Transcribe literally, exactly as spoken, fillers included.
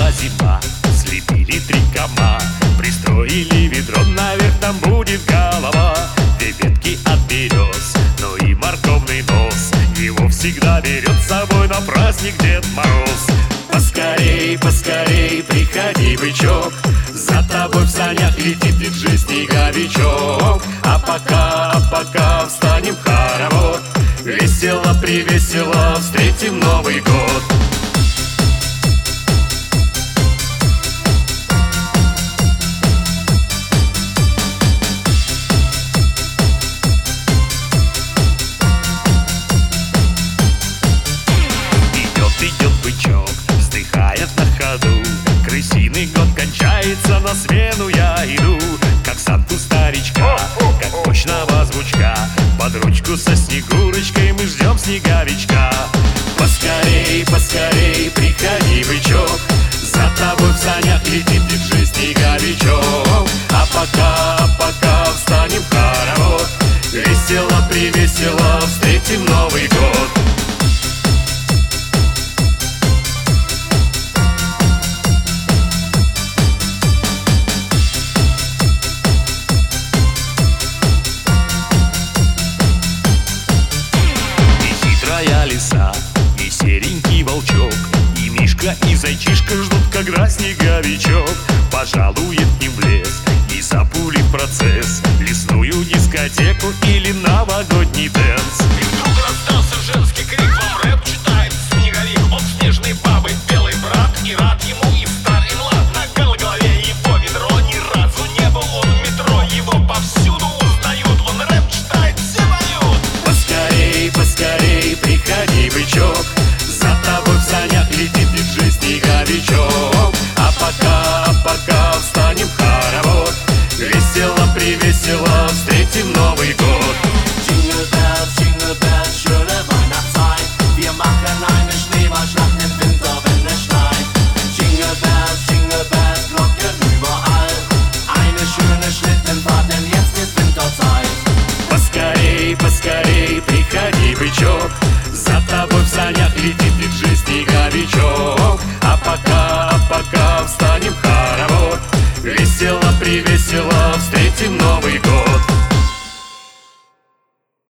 Пришла зима, слепили три кома, пристроили ведро, наверх там будет голова. Две ветки от берез, ну и морковный нос, его всегда берет с собой на праздник Дед Мороз. Поскорей, поскорей, приходи, бычок, за тобой в санях летит, держи снеговичок. А пока, а пока встанем в хоровод, весело, привесело встретим Новый год. Идет бычок, вздыхает на ходу, крысиный год кончается, на смену я иду. Как Санту старичка, как мощного звучка, под ручку со Снегурочкой мы ждем снеговичка. Поскорей, поскорей, приходи, бычок, за тобой в санях летит, держи снеговичок. А пока, а пока встанем в хоровод, весело, привесело встретим Новый год. Лиса и серенький волчок, и Мишка, и Зайчишка ждут, когда снеговичок пожалует к ним в лес и запулит процесс, лесную дискотеку или новогодний дэнс. И вдруг раздался женский крик: вам рэп читает снеговик. Он снежной бабы белый брат, и рад ему и стар, и млад. На голове его ведро, ни разу не был он в метро. Его повсюду узнают, он рэп читает, все поют. Поскорей, поскорей, приходи, бычок, за тобой в санях летит, держи снеговичок. А пока, а пока встанем в хоровод, весело, привесело встретим Новый год. Jingle bells, jingle bells, schöne Weihnachtszeit. Wir machen eine Schneeballschlacht im Winter, wenn es schneit. Jingle bells, jingle bells, Glocken überall. Eine schöne Schlittenfahrt, denn jetzt ist Winterzeit. Поскорей, поскорей, приходи, бычок, за тобой в санях летит,